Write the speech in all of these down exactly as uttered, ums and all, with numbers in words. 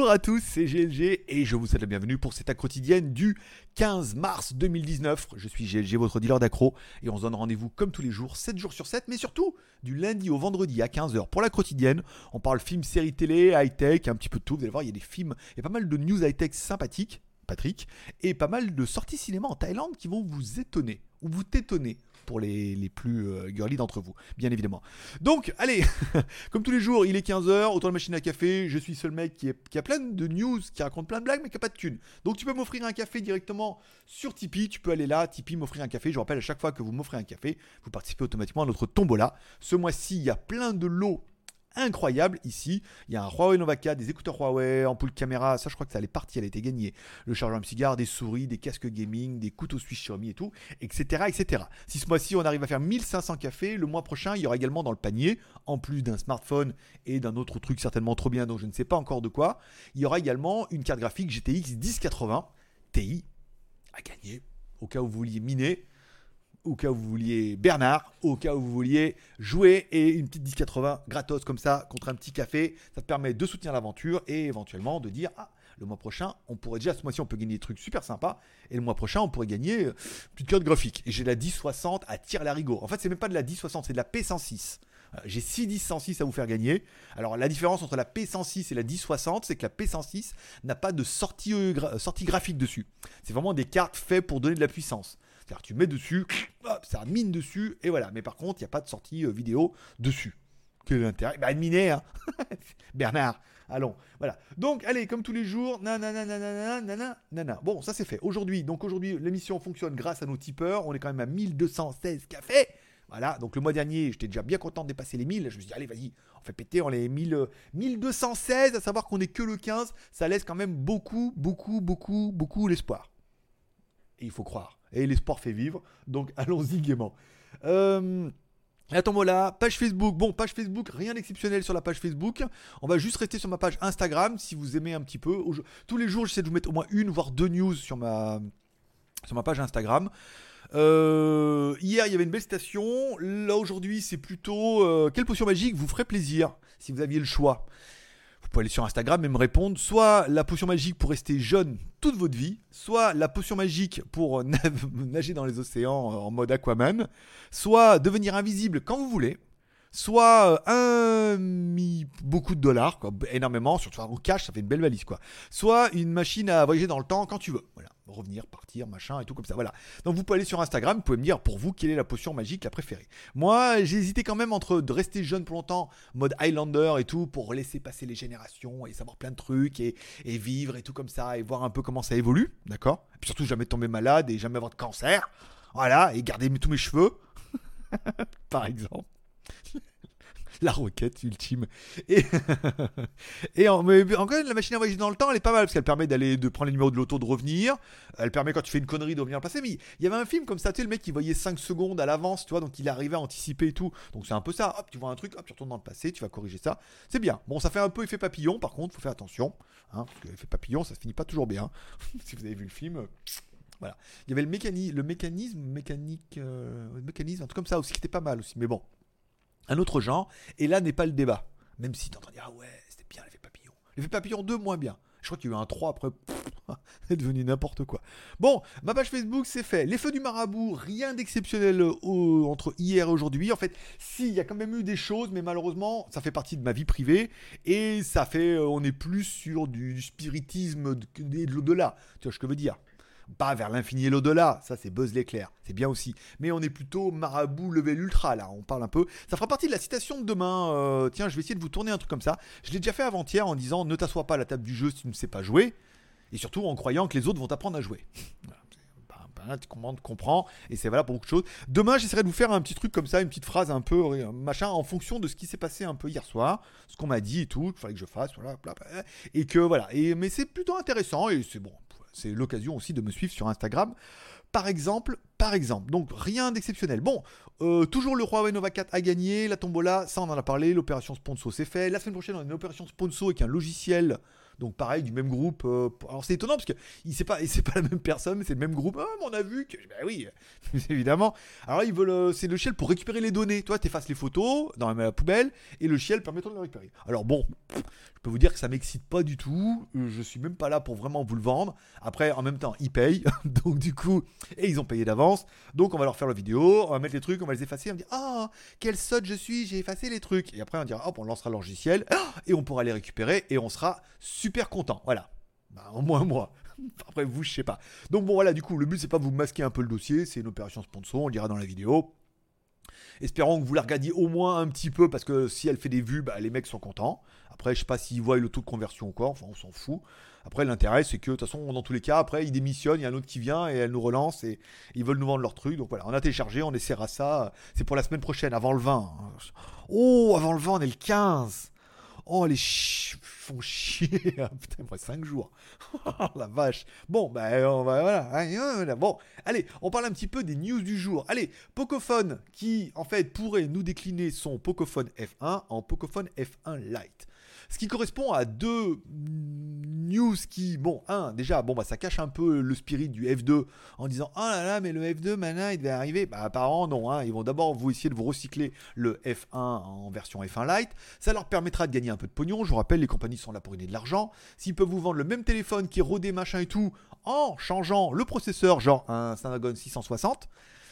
Bonjour à tous, c'est G L G et je vous souhaite la bienvenue pour cette accro quotidienne du quinze mars deux mille dix-neuf. Je suis G L G, votre dealer d'accro, et on se donne rendez-vous comme tous les jours, sept jours sur sept, mais surtout du lundi au vendredi à quinze heures pour la quotidienne. On parle films, séries télé, high-tech, un petit peu de tout. Vous allez voir, il y a des films, il y a pas mal de news high-tech sympathiques, Patrick, et pas mal de sorties cinéma en Thaïlande qui vont vous étonner, ou vous tétonner pour les, les plus euh, girly d'entre vous, bien évidemment. Donc, allez, comme tous les jours, il est quinze heures, autour de la machine à café, je suis seul mec qui, est, qui a plein de news, qui raconte plein de blagues, mais qui n'a pas de thunes. Donc, tu peux m'offrir un café directement sur Tipeee, tu peux aller là, Tipeee, m'offrir un café. Je vous rappelle, à chaque fois que vous m'offrez un café, vous participez automatiquement à notre tombola. Ce mois-ci, il y a plein de lots incroyable ici. Il y a un Huawei Nova quatre, des écouteurs Huawei, ampoule caméra, ça je crois que ça allait partir, elle a été gagnée. Le chargeur à cigare, des souris, des casques gaming, des couteaux suisses Xiaomi et tout, et cetera, et cetera. Si ce mois-ci on arrive à faire mille cinq cents cafés, le mois prochain il y aura également dans le panier, en plus d'un smartphone et d'un autre truc certainement trop bien dont je ne sais pas encore de quoi, il y aura également une carte graphique G T X dix quatre-vingts Ti à gagner, au cas où vous vouliez miner, au cas où vous vouliez Bernard, au cas où vous vouliez jouer, et une petite dix quatre-vingts gratos comme ça contre un petit café, ça te permet de soutenir l'aventure et éventuellement de dire ah, le mois prochain on pourrait déjà, ce mois-ci on peut gagner des trucs super sympas, et le mois prochain on pourrait gagner une petite carte graphique. Et j'ai la dix soixante à tire-larigot. En fait c'est même pas de la dix soixante, c'est de la P cent six. J'ai six dix cent six à vous faire gagner. Alors la différence entre la P cent six et la dix soixante, c'est que la P cent six n'a pas de sortie, euh, gra- sortie graphique dessus. C'est vraiment des cartes faites pour donner de la puissance. C'est-à-dire tu mets dessus, hop, ça mine dessus, et voilà. Mais par contre, il n'y a pas de sortie euh, vidéo dessus. Quel est l'intérêt ? Bah, de miner, hein. Bernard, allons. Voilà. Donc, allez, comme tous les jours, nanana, nanana, nanana, nanana. Bon, ça c'est fait. Aujourd'hui, donc aujourd'hui, l'émission fonctionne grâce à nos tipeurs. On est quand même à mille deux cent seize cafés. Voilà, donc le mois dernier, j'étais déjà bien content de dépasser les mille. Je me suis dit, allez, vas-y, on fait péter, on est mille, mille deux cent seize, à savoir qu'on est que le quinze. Ça laisse quand même beaucoup, beaucoup, beaucoup, beaucoup l'espoir. Et il faut croire. Et l'espoir fait vivre. Donc allons-y gaiement. Euh, Attends-moi là, page Facebook. Bon, page Facebook, rien d'exceptionnel sur la page Facebook. On va juste rester sur ma page Instagram si vous aimez un petit peu. Tous les jours, j'essaie de vous mettre au moins une, voire deux news sur ma, sur ma page Instagram. Euh, hier, il y avait une belle citation. Là, aujourd'hui, c'est plutôt euh, quelle potion magique vous ferait plaisir si vous aviez le choix. Vous pouvez aller sur Instagram et me répondre soit la potion magique pour rester jeune toute votre vie, soit la potion magique pour nager dans les océans en mode Aquaman, soit devenir invisible quand vous voulez, soit un mi beaucoup de dollars, quoi, énormément, surtout en cash, ça fait une belle valise, quoi. Soit une machine à voyager dans le temps quand tu veux. Voilà, revenir, partir, machin et tout comme ça. Voilà. Donc vous pouvez aller sur Instagram, vous pouvez me dire pour vous quelle est la potion magique la préférée. Moi, j'ai hésité quand même entre de rester jeune pour longtemps, mode Highlander et tout, pour laisser passer les générations et savoir plein de trucs et, et vivre et tout comme ça et voir un peu comment ça évolue, d'accord. Et puis surtout jamais tomber malade et jamais avoir de cancer. Voilà, et garder tous mes cheveux, par exemple. La requête ultime. Et, et en, mais encore la machine à voyager dans le temps, elle est pas mal parce qu'elle permet d'aller de prendre les numéros de l'auto, de revenir. Elle permet quand tu fais une connerie de revenir le passé. Mais il y avait un film comme ça, tu sais, le mec qui voyait cinq secondes à l'avance, tu vois, donc il arrivait à anticiper et tout. Donc c'est un peu ça. Hop, tu vois un truc, hop, tu retournes dans le passé, tu vas corriger ça. C'est bien. Bon, ça fait un peu effet papillon, par contre, faut faire attention, hein, parce que effet papillon, ça se finit pas toujours bien. Si vous avez vu le film. Voilà. Il y avait le mécanisme, le mécanisme, mécanique, euh, le mécanisme, un truc comme ça aussi qui était pas mal aussi. Mais bon. Un autre genre, et là n'est pas le débat. Même si tu entends dire, ah ouais, c'était bien l'effet papillon. L'effet papillon deux, moins bien. Je crois qu'il y a eu un trois après, pff, c'est devenu n'importe quoi. Bon, ma page Facebook, c'est fait. Les feux du marabout, rien d'exceptionnel au, entre hier et aujourd'hui. En fait, si, il y a quand même eu des choses, mais malheureusement, ça fait partie de ma vie privée, et ça fait, on est plus sur du, du spiritisme et de, de l'au-delà. Tu vois ce que je veux dire ? Pas vers l'infini et l'au-delà, ça c'est Buzz l'éclair, c'est bien aussi. Mais on est plutôt marabout level ultra là, on parle un peu. Ça fera partie de la citation de demain. Euh, tiens, je vais essayer de vous tourner un truc comme ça. Je l'ai déjà fait avant-hier en disant ne t'assois pas à la table du jeu si tu ne sais pas jouer. Et surtout en croyant que les autres vont t'apprendre à jouer. Voilà. Ben, tu comprends, tu comprends, et c'est valable pour beaucoup de choses. Demain, j'essaierai de vous faire un petit truc comme ça, une petite phrase un peu machin, en fonction de ce qui s'est passé un peu hier soir, ce qu'on m'a dit et tout, qu'il fallait que je fasse, voilà, bla, bla, et que voilà. Et, mais c'est plutôt intéressant, et c'est bon. C'est l'occasion aussi de me suivre sur Instagram. Par exemple, par exemple. Donc, rien d'exceptionnel. Bon, euh, toujours le Huawei Nova quatre a gagné. La tombola, ça on en a parlé. L'opération sponsor, c'est fait. La semaine prochaine, on a une opération sponsor avec un logiciel Donc pareil, du même groupe. Euh, alors c'est étonnant parce que il c'est pas, c'est pas la même personne, mais c'est le même groupe. Ah, mais on a vu que, ben oui, évidemment. Alors ils veulent, euh, c'est le logiciel pour récupérer les données. Toi, t'effaces les photos dans la poubelle et le logiciel permet de les récupérer. Alors bon, je peux vous dire que ça m'excite pas du tout. Je suis même pas là pour vraiment vous le vendre. Après, en même temps, ils payent, donc du coup, et ils ont payé d'avance. Donc on va leur faire la vidéo, on va mettre les trucs, on va les effacer. On va dire ah, quel sotte je suis, j'ai effacé les trucs. Et après on dira hop, on lancera le logiciel et on pourra les récupérer et on sera super content. Voilà. Bah, au moins moi. Après vous, je sais pas. Donc bon voilà, du coup, le but c'est pas vous masquer un peu le dossier, c'est une opération sponsor, on le dira dans la vidéo. Espérons que vous la regardiez au moins un petit peu parce que si elle fait des vues, bah, les mecs sont contents. Après, je sais pas s'ils voient le taux de conversion ou quoi, enfin on s'en fout. Après, l'intérêt c'est que de toute façon, dans tous les cas, après ils démissionnent, il y a un autre qui vient et elle nous relance et ils veulent nous vendre leur truc. Donc voilà, on a téléchargé, on essaiera ça. C'est pour la semaine prochaine, avant le vingt. Oh, avant le vingt, on est le quinze. Oh, les ch... font chier. Putain, moi, cinq jours. La vache. Bon, bah, on va, voilà. Bon, allez, on parle un petit peu des news du jour. Allez, Pocophone, qui, en fait, pourrait nous décliner son Pocophone F un en Pocophone F un Lite. Ce qui correspond à deux news qui, bon, un, déjà, bon, bah, ça cache un peu le spirit du F deux en disant, oh là là, mais le F deux, maintenant, il devait arriver. Bah, apparemment, non, hein. Ils vont d'abord vous essayer de vous recycler le F un en version F un Lite. Ça leur permettra de gagner un peu de pognon. Je vous rappelle, les compagnies sont là pour gagner de l'argent. S'ils peuvent vous vendre le même téléphone qui est rodé, machin et tout, en changeant le processeur, genre un Snapdragon six cent soixante,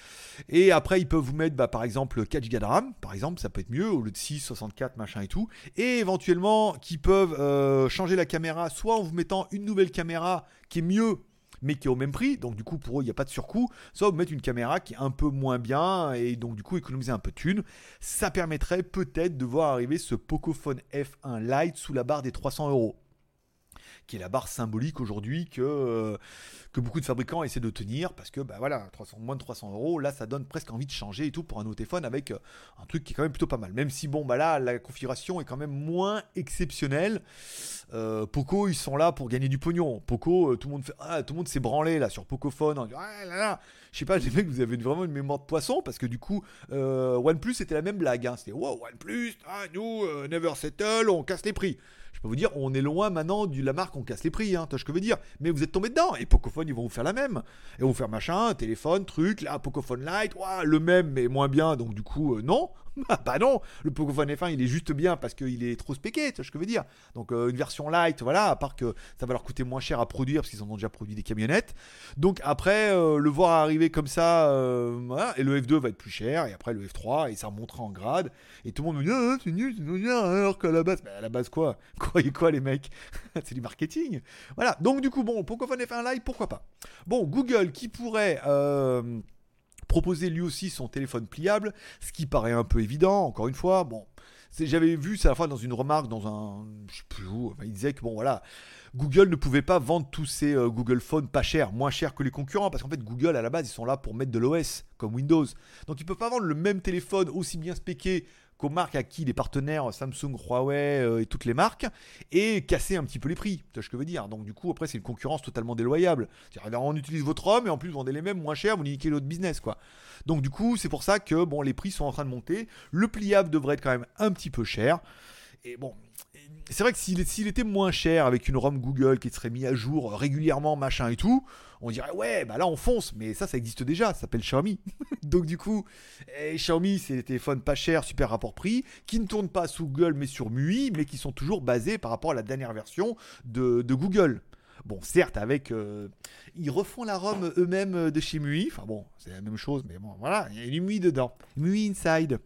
et après, ils peuvent vous mettre, bah, par exemple, quatre giga de RAM, par exemple, ça peut être mieux, au lieu de six, soixante-quatre, machin et tout. Et éventuellement, qui peuvent euh, changer la caméra, soit en vous mettant une nouvelle caméra qui est mieux, mais qui est au même prix, donc du coup, pour eux, il n'y a pas de surcoût, soit vous mettre une caméra qui est un peu moins bien, et donc du coup, économiser un peu de thunes. Ça permettrait peut-être de voir arriver ce Pocophone F un Lite sous la barre des trois cents euros. Qui est la barre symbolique aujourd'hui que, euh, que beaucoup de fabricants essaient de tenir parce que bah voilà, trois cents, moins de trois cents euros, là ça donne presque envie de changer et tout pour un nouveau téléphone avec euh, un truc qui est quand même plutôt pas mal. Même si bon bah là la configuration est quand même moins exceptionnelle. Euh, Poco ils sont là pour gagner du pognon. Poco euh, tout le monde fait ah, tout le monde s'est branlé là sur Pocophone. On dit, ah là là, je sais pas les mecs vous avez vraiment une mémoire de poisson parce que du coup euh, OnePlus c'était la même blague. Hein. C'était wow OnePlus, ah, nous euh, never settle, on casse les prix. Je peux vous dire, on est loin maintenant de la marque, on casse les prix, hein, tu vois ce que je veux dire. Mais vous êtes tombé dedans, et Pocophone, ils vont vous faire la même. Et vont vous faire machin, téléphone, truc, là, Pocophone Lite, ouah, le même, mais moins bien, donc du coup, euh, non. Bah non, le Pocophone F un, il est juste bien parce qu'il est trop spéqué, tu vois ce que je veux dire. Donc euh, une version Lite, voilà, à part que ça va leur coûter moins cher à produire, parce qu'ils en ont déjà produit des camionnettes. Donc après, euh, le voir arriver comme ça, euh, voilà, et le F deux va être plus cher, et après le F trois, et ça remontera en grade. Et tout le monde me dit, ah, c'est nul, c'est nul, alors qu'à la base, bah, à la base quoi Croyez quoi les mecs C'est du marketing. Voilà, donc du coup, bon, Pocophone F un Lite, pourquoi pas. Bon, Google qui pourrait... Euh, proposer lui aussi son téléphone pliable, ce qui paraît un peu évident, encore une fois, bon, c'est, j'avais vu ça à la fois dans une remarque, dans un, je sais plus où, enfin, il disait que bon voilà, Google ne pouvait pas vendre tous ces euh, Google Phone pas chers, moins chers que les concurrents, parce qu'en fait Google à la base ils sont là pour mettre de l'O S, comme Windows, donc ils ne peuvent pas vendre le même téléphone aussi bien spéqué qu'aux marques à qui les partenaires Samsung, Huawei euh, et toutes les marques, et casser un petit peu les prix, tu vois ce que je veux dire. Donc du coup après c'est une concurrence totalement déloyable. C'est-à-dire, on utilise votre ROM et en plus vous vendez les mêmes moins chers, vous niquez l'autre business quoi. Donc du coup c'est pour ça que bon les prix sont en train de monter. Le pliable devrait être quand même un petit peu cher. Et bon, c'est vrai que s'il, s'il était moins cher avec une ROM Google qui serait mis à jour régulièrement, machin et tout, on dirait ouais, bah là on fonce. Mais ça, ça existe déjà, ça s'appelle Xiaomi. Donc du coup, eh, Xiaomi, c'est des téléphones pas chers, super rapport prix, qui ne tournent pas sous Google mais sur M U I, mais qui sont toujours basés par rapport à la dernière version de, de Google. Bon, certes, avec... Euh, ils refont la ROM eux-mêmes de chez M U I. Enfin bon, c'est la même chose, mais bon, voilà, il y a du M U I dedans. M U I Inside.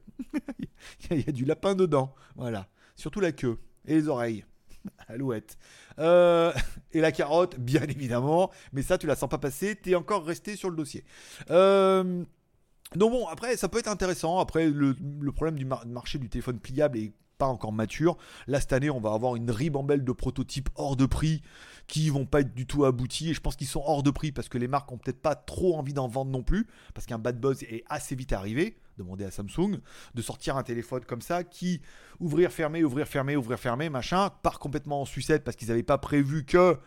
Il y a du lapin dedans, voilà. Surtout la queue et les oreilles. Alouette. Euh, et la carotte, bien évidemment. Mais ça, tu la sens pas passer. T'es encore resté sur le dossier. Euh, donc bon, après, ça peut être intéressant. Après, le, le problème du mar- marché du téléphone pliable est pas encore mature. Là, cette année, on va avoir une ribambelle de prototypes hors de prix qui vont pas être du tout aboutis. Et je pense qu'ils sont hors de prix parce que les marques ont peut-être pas trop envie d'en vendre non plus. Parce qu'un bad buzz est assez vite arrivé. Demander à Samsung de sortir un téléphone comme ça qui ouvrir, fermer, ouvrir, fermer, ouvrir, fermer, machin, part complètement en sucette parce qu'ils n'avaient pas prévu que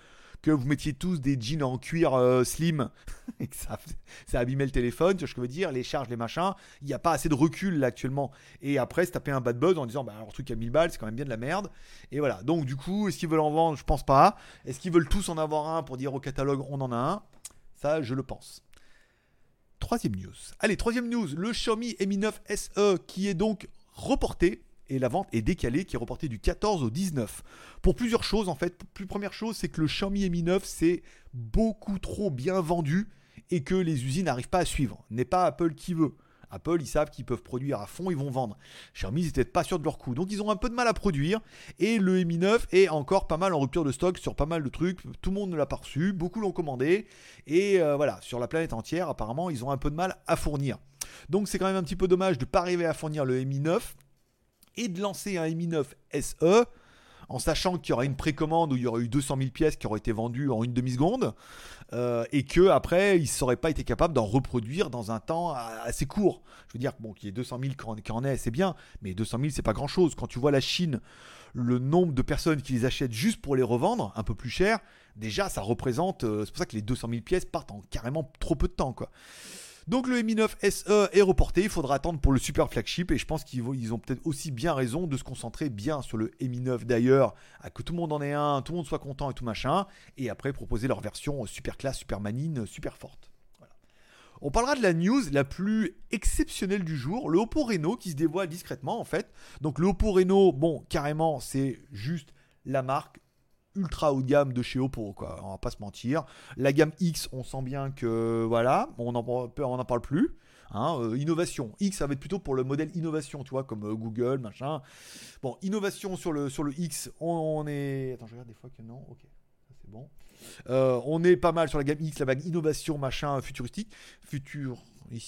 que vous mettiez tous des jeans en cuir euh, slim et que ça, ça abîmait le téléphone, tu vois ce que je veux dire, les charges, les machins, il n'y a pas assez de recul là actuellement. Et après, se taper un bad buzz en disant, bah alors le truc à mille balles, c'est quand même bien de la merde. Et voilà, donc du coup, est-ce qu'ils veulent en vendre? Je pense pas. Est-ce qu'ils veulent tous en avoir un pour dire au catalogue, on en a un? Ça, je le pense. Troisième news. Allez, troisième news, le Xiaomi Mi neuf S E qui est donc reporté. Et la vente est décalée, qui est reportée du quatorze au dix-neuf. Pour plusieurs choses en fait. La première chose, c'est que le Xiaomi Mi neuf c'est beaucoup trop bien vendu et que les usines n'arrivent pas à suivre. N'est pas Apple qui veut. Apple, ils savent qu'ils peuvent produire à fond, ils vont vendre. Xiaomi, ils n'étaient pas sûrs de leur coût. Donc, ils ont un peu de mal à produire. Et le Mi neuf est encore pas mal en rupture de stock sur pas mal de trucs. Tout le monde ne l'a pas reçu. Beaucoup l'ont commandé. Et euh, voilà, sur la planète entière, apparemment, ils ont un peu de mal à fournir. Donc, c'est quand même un petit peu dommage de ne pas arriver à fournir le Mi neuf et de lancer un Mi neuf S E en sachant qu'il y aura une précommande où il y aurait eu deux cent mille pièces qui auraient été vendues en une demi-seconde euh, et qu'après, ils n'auraient pas été capables d'en reproduire dans un temps assez court. Je veux dire, bon, qu'il y ait deux cent mille qui en est, c'est bien, mais deux cent mille, c'est pas grand-chose. Quand tu vois la Chine, le nombre de personnes qui les achètent juste pour les revendre un peu plus cher, déjà, ça représente... Euh, c'est pour ça que les deux cent mille pièces partent en carrément trop peu de temps, quoi. Donc le Mi neuf S E est reporté, il faudra attendre pour le super flagship et je pense qu'ils vont, ils ont peut-être aussi bien raison de se concentrer bien sur le Mi neuf d'ailleurs, à que tout le monde en ait un, tout le monde soit content et tout machin, et après proposer leur version super classe, super manine, super forte. Voilà. On parlera de la news la plus exceptionnelle du jour, le Oppo Reno qui se dévoile discrètement en fait. Donc le Oppo Reno, bon carrément c'est juste la marque ultra haut de gamme de chez Oppo, quoi. On va pas se mentir. La gamme X, on sent bien que voilà, on n'en on en parle plus. Hein, euh, innovation. X, ça va être plutôt pour le modèle innovation, tu vois, comme euh, Google, machin. Bon, innovation sur le, sur le X, on, on est. Attends, je regarde des fois que non. Ok, ça c'est bon. Euh, on est pas mal sur la gamme X, la vague innovation, machin, futuristique. Futur.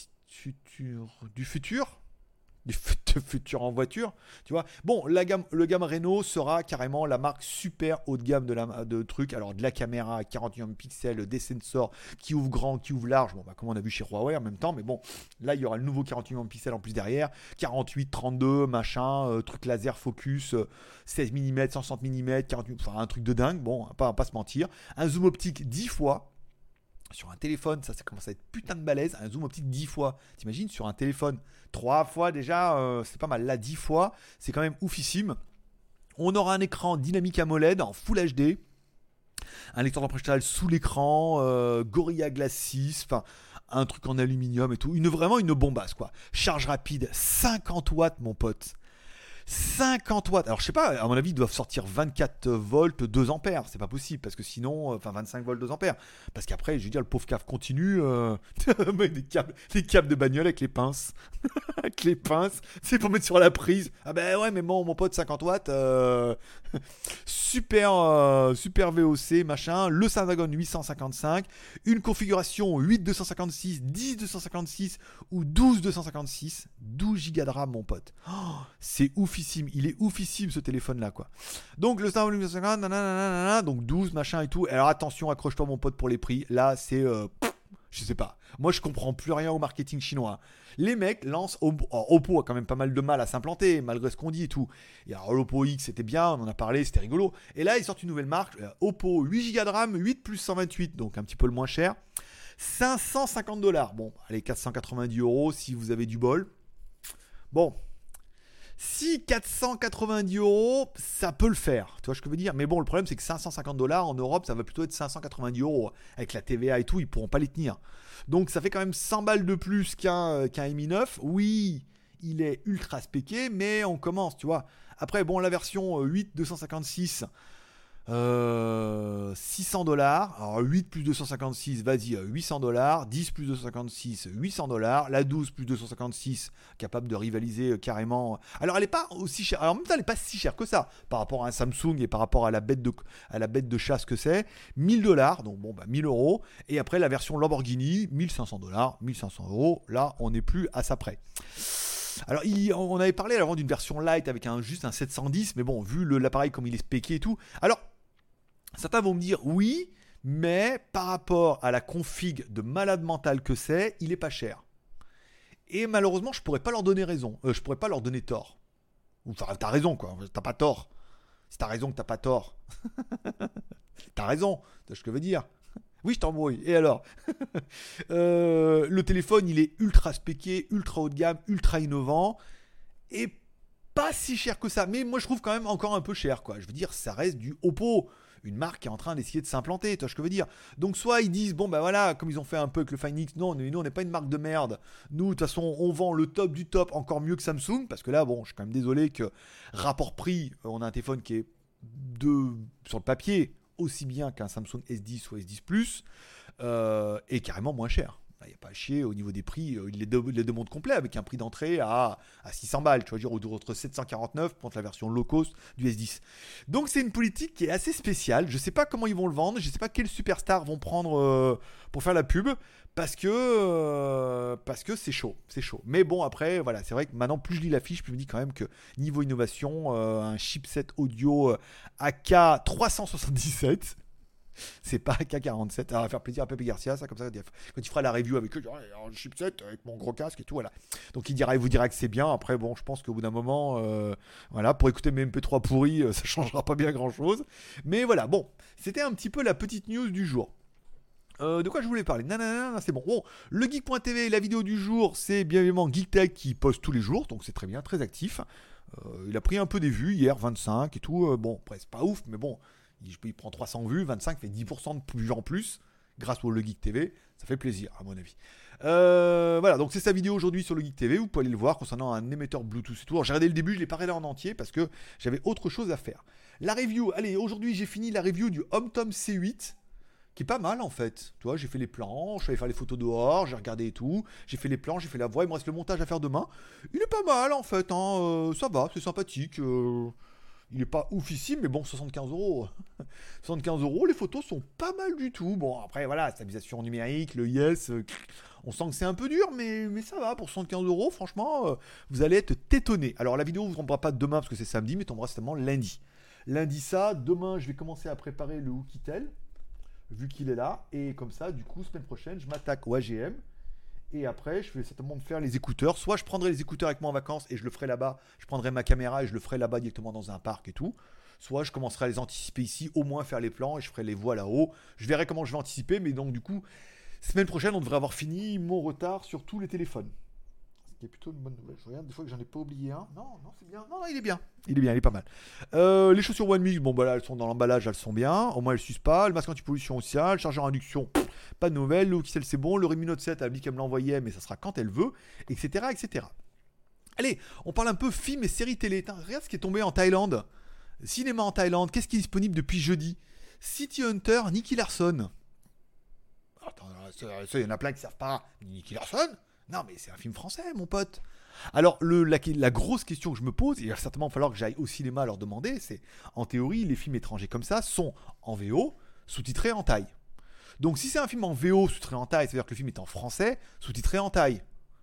Futur. Du futur. Du futur en voiture, tu vois. Bon, la gamme, le gamme Renault sera carrément la marque super haut de gamme de, la, de trucs. Alors, de la caméra quarante-huit pixels, des sensors qui ouvrent grand, qui ouvrent large. Bon, bah, comme on a vu chez Huawei en même temps. Mais bon, là, il y aura le nouveau quarante-huit pixels en plus derrière. quarante-huit, trente-deux, machin, euh, truc laser focus, euh, seize millimètres, cent soixante millimètres, quarante-huit, enfin, un truc de dingue. Bon, pas, pas se mentir. Un zoom optique dix fois. Sur un téléphone, ça, ça commence à être putain de balèze. Un zoom optique dix fois. T'imagines, sur un téléphone, trois fois déjà, euh, c'est pas mal. Là, dix fois, c'est quand même oufissime. On aura un écran dynamique AMOLED en Full H D. Un lecteur d'empreinte digitale sous l'écran. Euh, Gorilla Glass six. Enfin, un truc en aluminium et tout. Une, vraiment une bombasse, quoi. Charge rapide, cinquante watts, mon pote. cinquante watts. Alors je sais pas, à mon avis ils doivent sortir vingt-quatre volts deux ampères, c'est pas possible parce que sinon, enfin vingt-cinq volts deux ampères, parce qu'après je veux dire le pauvre cave continue, euh... des câbles, des câbles de bagnole avec les pinces, avec les pinces, c'est pour mettre sur la prise. Ah ben ouais mais bon mon pote cinquante watts, euh... super, euh... super V O C machin, le Snapdragon huit cent cinquante-cinq, une configuration huit deux cent cinquante-six, dix deux cent cinquante-six ou douze deux cent cinquante-six, douze gigas de RAM mon pote. Oh, c'est ouf. Il est oufissime ce téléphone là quoi. Donc le Snapdragon huit cent cinquante, nanana, donc douze machin et tout. Alors attention, accroche-toi mon pote pour les prix. Là c'est euh, pff, je sais pas. Moi je comprends plus rien au marketing chinois. Les mecs lancent Oppo. Alors, Oppo a quand même pas mal de mal à s'implanter malgré ce qu'on dit et tout. Et alors l'Oppo X c'était bien, on en a parlé, c'était rigolo. Et là ils sortent une nouvelle marque, euh, Oppo huit gigas de RAM, huit plus cent vingt-huit, donc un petit peu le moins cher. cinq cent cinquante dollars. Bon, allez quatre cent quatre-vingt-dix euros si vous avez du bol. Bon. Si quatre cent quatre-vingt-dix euros, ça peut le faire, tu vois ce que je veux dire. Mais bon, le problème c'est que cinq cent cinquante dollars en Europe, ça va plutôt être cinq cent quatre-vingt-dix euros. Avec la T V A et tout, ils pourront pas les tenir. Donc ça fait quand même cent balles de plus qu'un, qu'un Mi neuf. Oui, il est ultra spéqué, mais on commence, tu vois. Après, bon, la version huit deux cent cinquante-six... Euh, six cents dollars. Alors huit plus deux cent cinquante-six, vas-y, huit cents dollars. dix plus deux cent cinquante-six, huit cents dollars. La douze plus deux cent cinquante-six, capable de rivaliser carrément. Alors elle est pas aussi chère. Alors en même temps, elle est pas si chère que ça par rapport à un Samsung et par rapport à la bête de, à la bête de chasse que c'est. mille dollars, donc bon, bah mille euros. Et après la version Lamborghini, mille cinq cents dollars, mille cinq cents euros. Là, on n'est plus à ça près. Alors, il, on avait parlé avant d'une version light avec un, juste un sept cent dix, mais bon, vu le, l'appareil comme il est spéqué et tout. Alors, certains vont me dire oui, mais par rapport à la config de malade mental que c'est, il est pas cher. Et malheureusement, je pourrais pas leur donner raison. Euh, je pourrais pas leur donner tort. Enfin, t'as raison, quoi. T'as pas tort. Si t'as raison que t'as pas tort. T'as raison, c'est ce que je veux dire. Oui, je t'embrouille. Et alors euh, le téléphone, il est ultra spéqué, ultra haut de gamme, ultra innovant. Et pas si cher que ça. Mais moi, je trouve quand même encore un peu cher, quoi. Je veux dire, ça reste du Oppo. Une marque qui est en train d'essayer de s'implanter, tu vois ce que je veux dire. Donc soit ils disent, bon ben voilà, comme ils ont fait un peu avec le Find X, non, nous on n'est pas une marque de merde. Nous, de toute façon, on vend le top du top, encore mieux que Samsung. Parce que là, bon, je suis quand même désolé que rapport prix, on a un téléphone qui est de, sur le papier aussi bien qu'un Samsung S dix ou S dix Plus, euh, et carrément moins cher. Il n'y a pas à chier au niveau des prix, il les, deux, les deux mondes complets avec un prix d'entrée à, à six cents balles, tu vois, dire entre sept cent quarante-neuf pour la version low cost du S dix. Donc c'est une politique qui est assez spéciale. Je ne sais pas comment ils vont le vendre, je ne sais pas quels superstars vont prendre euh, pour faire la pub, parce que euh, parce que c'est chaud, c'est chaud. Mais bon, après, voilà, c'est vrai que maintenant, plus je lis la fiche, plus je me dis quand même que niveau innovation, euh, un chipset audio euh, A K trois cent soixante-dix-sept. C'est pas A K quarante-sept, ça va faire plaisir à Pepe Garcia, ça, comme ça, quand il fera la review avec eux, il dira, un chipset avec mon gros casque et tout, voilà. Donc il dira, il vous dira que c'est bien. Après, bon, je pense qu'au bout d'un moment, euh, voilà, pour écouter mes M P trois pourris, euh, ça changera pas bien grand chose. Mais voilà, bon, c'était un petit peu la petite news du jour. Euh, de quoi je voulais parler? Nanana, c'est bon. Bon, le geek point t v, la vidéo du jour, c'est bien évidemment GeekTech qui poste tous les jours, donc c'est très bien, très actif. Euh, il a pris un peu des vues hier, vingt-cinq et tout. Euh, bon, après, c'est pas ouf, mais bon. Il prend trois cents vues, vingt-cinq fait dix pour cent de plus en plus grâce au Le Geek T V. Ça fait plaisir, à mon avis. Euh, voilà, donc c'est sa vidéo aujourd'hui sur Le Geek T V. Vous pouvez aller le voir concernant un émetteur Bluetooth et tout. Alors, j'ai regardé le début, je l'ai pas regardé en entier parce que j'avais autre chose à faire. La review, allez, aujourd'hui j'ai fini la review du HomeTom C huit, qui est pas mal en fait. Tu vois, j'ai fait les plans, je suis allé faire les photos dehors, j'ai regardé et tout. J'ai fait les plans, j'ai fait la voix, il me reste le montage à faire demain. Il est pas mal en fait, hein. euh, ça va, c'est sympathique. Euh... Il est pas oufissime, mais bon, soixante-quinze euros. soixante-quinze euros, les photos sont pas mal du tout. Bon, après, voilà, stabilisation numérique, le Yes, euh, on sent que c'est un peu dur, mais, mais ça va. Pour soixante-quinze euros, franchement, euh, vous allez être tétonné. Alors, la vidéo ne vous tombera pas demain parce que c'est samedi, mais tombera certainement lundi. Lundi, ça. Demain, je vais commencer à préparer le Oukitel, vu qu'il est là. Et comme ça, du coup, semaine prochaine, je m'attaque au A G M. Et après, je vais certainement me faire les écouteurs. Soit je prendrai les écouteurs avec moi en vacances et je le ferai là-bas. Je prendrai ma caméra et je le ferai là-bas directement dans un parc et tout. Soit je commencerai à les anticiper ici, au moins faire les plans et je ferai les voix là-haut. Je verrai comment je vais anticiper. Mais donc, du coup, semaine prochaine, on devrait avoir fini mon retard sur tous les téléphones. Ce qui est plutôt une bonne nouvelle. Je regarde des fois que j'en ai pas oublié un. Non, non, c'est bien. Non, non, il est bien. Il est bien, il est pas mal. Euh, les chaussures One Mix, bon, bah là, elles sont dans l'emballage, elles sont bien. Au moins, elles ne s'usent pas. Le masque anti-pollution aussi, le chargeur induction. Pas de nouvelles, le Oukitel c'est bon, le Redmi Note sept, elle a dit qu'elle me l'envoyait, mais ça sera quand elle veut, et cetera, et cetera. Allez, on parle un peu films et séries télé. Tain, regarde ce qui est tombé en Thaïlande. Cinéma en Thaïlande, qu'est-ce qui est disponible depuis jeudi? City Hunter, Nicky Larson. Attends, il y en a plein qui ne savent pas. Nicky Larson? Non, mais c'est un film français, mon pote. Alors, le, la, la grosse question que je me pose, et il va certainement falloir que j'aille au cinéma leur demander, c'est, en théorie, les films étrangers comme ça sont en V O, sous-titrés en thaï. Donc si c'est un film en V O sous-titré en thaï, c'est-à-dire que le film est en français, sous-titré en thaï.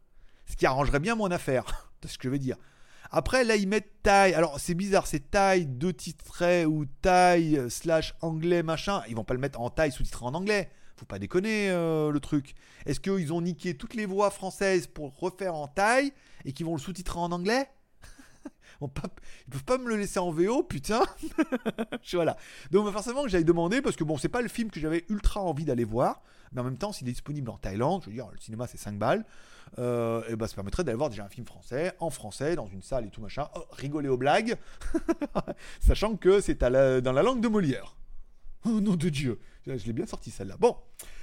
Ce qui arrangerait bien mon affaire, c'est ce que je veux dire. Après, là, ils mettent thaï. Alors, c'est bizarre, c'est thaï, deux titrés ou thaï slash anglais, machin. Ils vont pas le mettre en thaï sous-titré en anglais. Faut pas déconner, euh, le truc. Est-ce qu'ils ont niqué toutes les voix françaises pour refaire en thaï et qu'ils vont le sous-titrer en anglais? Ils peuvent pas me le laisser en V O, putain. Voilà. Donc forcément que j'allais demander, parce que bon, c'est pas le film que j'avais ultra envie d'aller voir, mais en même temps, s'il est disponible en Thaïlande, je veux dire, le cinéma c'est cinq balles, euh, et ben ça permettrait d'aller voir déjà un film français, en français, dans une salle et tout machin, oh, rigoler aux blagues, sachant que c'est à la, dans la langue de Molière. Oh nom de Dieu, je l'ai bien sorti celle-là. Bon.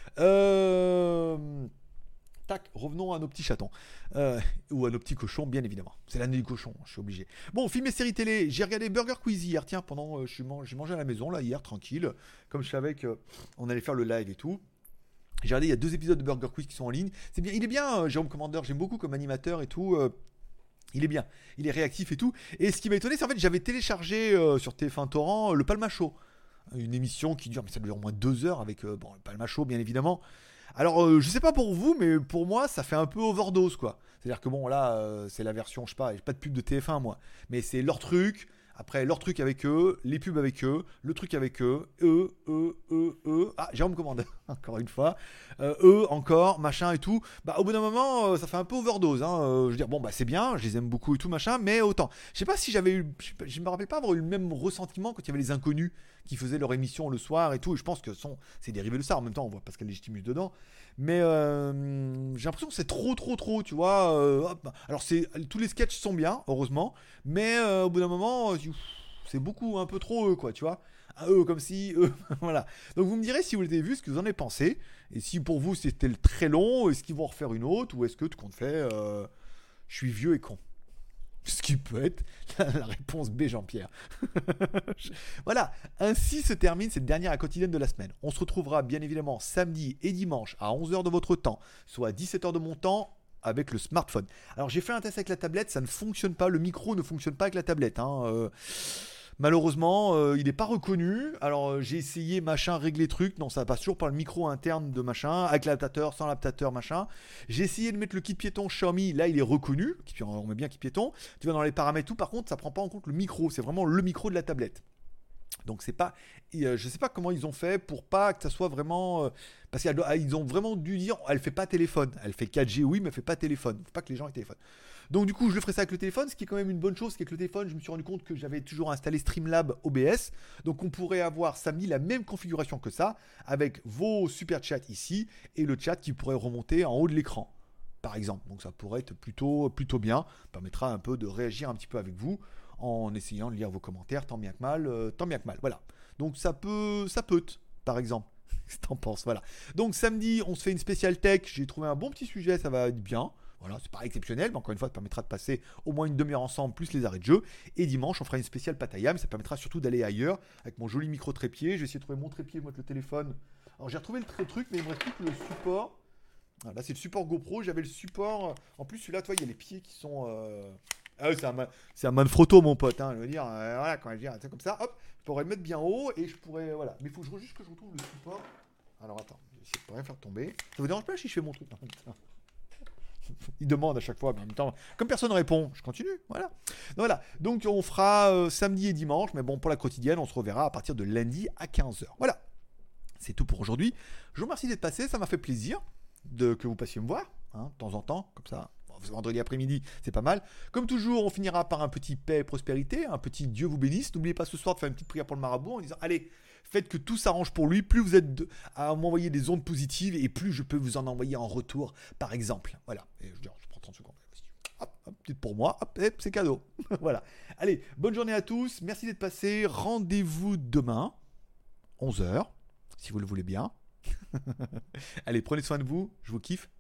Euh... Tac, revenons à nos petits chatons. Euh, ou à nos petits cochons, bien évidemment. C'est l'année du cochon, je suis obligé. Bon, film et séries télé. J'ai regardé Burger Quiz hier. Tiens, pendant, euh, j'ai mangé, mangé à la maison, là, hier, tranquille. Comme je savais qu'on allait faire le live et tout. J'ai regardé, il y a deux épisodes de Burger Quiz qui sont en ligne. C'est bien, il est bien, euh, Jérôme Commander. J'aime beaucoup comme animateur et tout. Euh, il est bien. Il est réactif et tout. Et ce qui m'a étonné, c'est en fait, j'avais téléchargé euh, sur T F un Torrent euh, le Palma Show. Une émission qui dure, mais ça dure au moins deux heures avec euh, bon, le Palma Show, bien évidemment. Alors, euh, je sais pas pour vous, mais pour moi, ça fait un peu overdose, quoi. C'est-à-dire que bon, là, euh, c'est la version, je sais pas, j'ai pas de pub de T F un, moi. Mais c'est leur truc, Après, leur truc avec eux, les pubs avec eux, le truc avec eux, eux, eux, eux, eux. Ah, Jérôme commande, encore une fois. Euh, eux, encore, machin et tout. Bah, au bout d'un moment, euh, ça fait un peu overdose. Hein. Euh, je veux dire, bon, bah, c'est bien, je les aime beaucoup et tout, machin, mais autant. Je sais pas si j'avais eu. Je me rappelle pas avoir eu le même ressentiment quand il y avait les inconnus qui faisaient leur émission le soir et tout. Et je pense que son, c'est dérivé de ça. En même temps, on voit Pascal Légitimus dedans. Mais euh, j'ai l'impression que c'est trop, trop, trop, tu vois. Euh, hop. Alors, c'est, tous les sketchs sont bien, heureusement. Mais euh, au bout d'un moment, euh, c'est beaucoup, un peu trop eux, quoi, tu vois. À eux, comme si eux. Voilà. Donc, vous me direz si vous l'avez vu, ce que vous en avez pensé. Et si pour vous, c'était très long, est-ce qu'ils vont en refaire une autre ou est-ce que tout compte fait, euh, je suis vieux et con. Ce qui peut être la réponse B, Jean-Pierre. Voilà, ainsi se termine cette dernière quotidienne de la semaine. On se retrouvera bien évidemment samedi et dimanche à onze heures de votre temps, soit dix-sept heures de mon temps avec le smartphone. Alors j'ai fait un test avec la tablette, ça ne fonctionne pas, le micro ne fonctionne pas avec la tablette. Hein. Euh, malheureusement, euh, il n'est pas reconnu. Alors euh, j'ai essayé machin, régler truc, non ça passe toujours par le micro interne de machin, avec l'adaptateur, sans l'adaptateur, machin. J'ai essayé de mettre le kit piéton Xiaomi, là il est reconnu, on met bien kit piéton. Tu vas dans les paramètres tout, par contre ça prend pas en compte le micro, c'est vraiment le micro de la tablette. Donc c'est pas, euh, je sais pas comment ils ont fait pour pas que ça soit vraiment, euh, parce qu'ils ont vraiment dû dire, elle fait pas téléphone, elle fait quatre G oui mais elle fait pas téléphone, faut pas que les gens aient téléphone. Donc du coup je le ferai ça avec le téléphone, ce qui est quand même une bonne chose, c'est que le téléphone je me suis rendu compte que j'avais toujours installé Streamlab O B S, donc on pourrait avoir samedi la même configuration que ça, avec vos super chats ici et le chat qui pourrait remonter en haut de l'écran, par exemple. Donc ça pourrait être plutôt, plutôt bien, permettra un peu de réagir un petit peu avec vous, en essayant de lire vos commentaires, tant bien que mal, euh, tant bien que mal, voilà. Donc ça peut, ça peut, par exemple. Qu'est-ce que t'en penses, voilà. Donc samedi, on se fait une spéciale tech, j'ai trouvé un bon petit sujet, ça va être bien. Voilà, c'est pas exceptionnel, mais encore une fois, ça permettra de passer au moins une demi-heure ensemble, plus les arrêts de jeu. Et dimanche, on fera une spéciale Patayam, ça permettra surtout d'aller ailleurs, avec mon joli micro trépied. Je vais essayer de trouver mon trépied, moi, avec le téléphone. Alors j'ai retrouvé le très truc, mais il me reste plus que le support. Ah, là, c'est le support GoPro, j'avais le support... En plus, celui-là, tu vois, il y a les pieds qui sont... Euh... Ah oui, c'est un, man... c'est un Manfrotto, mon pote. Hein, je veux dire, euh, voilà, quand je dis c'est comme ça, hop, je pourrais le mettre bien haut et je pourrais, voilà. Mais il faut juste que je retrouve le support. Alors attends, je vais essayer de rien faire tomber. Ça vous dérange pas si je fais mon truc en même temps? Il demande à chaque fois, mais en même temps, comme personne ne répond, je continue, voilà. Donc, voilà. Donc on fera euh, samedi et dimanche, mais bon, pour la quotidienne, on se reverra à partir de lundi à quinze heures. Voilà. C'est tout pour aujourd'hui. Je vous remercie d'être passé, ça m'a fait plaisir de, que vous passiez me voir, hein, de temps en temps, comme ça. Vendredi après-midi, c'est pas mal. Comme toujours, on finira par un petit paix et prospérité, un petit Dieu vous bénisse. N'oubliez pas ce soir de faire une petite prière pour le marabout en disant allez, faites que tout s'arrange pour lui. Plus vous êtes de, à m'envoyer des ondes positives et plus je peux vous en envoyer en retour, par exemple. Voilà. Et je, dire, je prends trente secondes. Hop, hop, peut-être pour moi. Hop, hop c'est cadeau. Voilà. Allez, bonne journée à tous. Merci d'être passés. Rendez-vous demain, onze heures, si vous le voulez bien. Allez, prenez soin de vous. Je vous kiffe.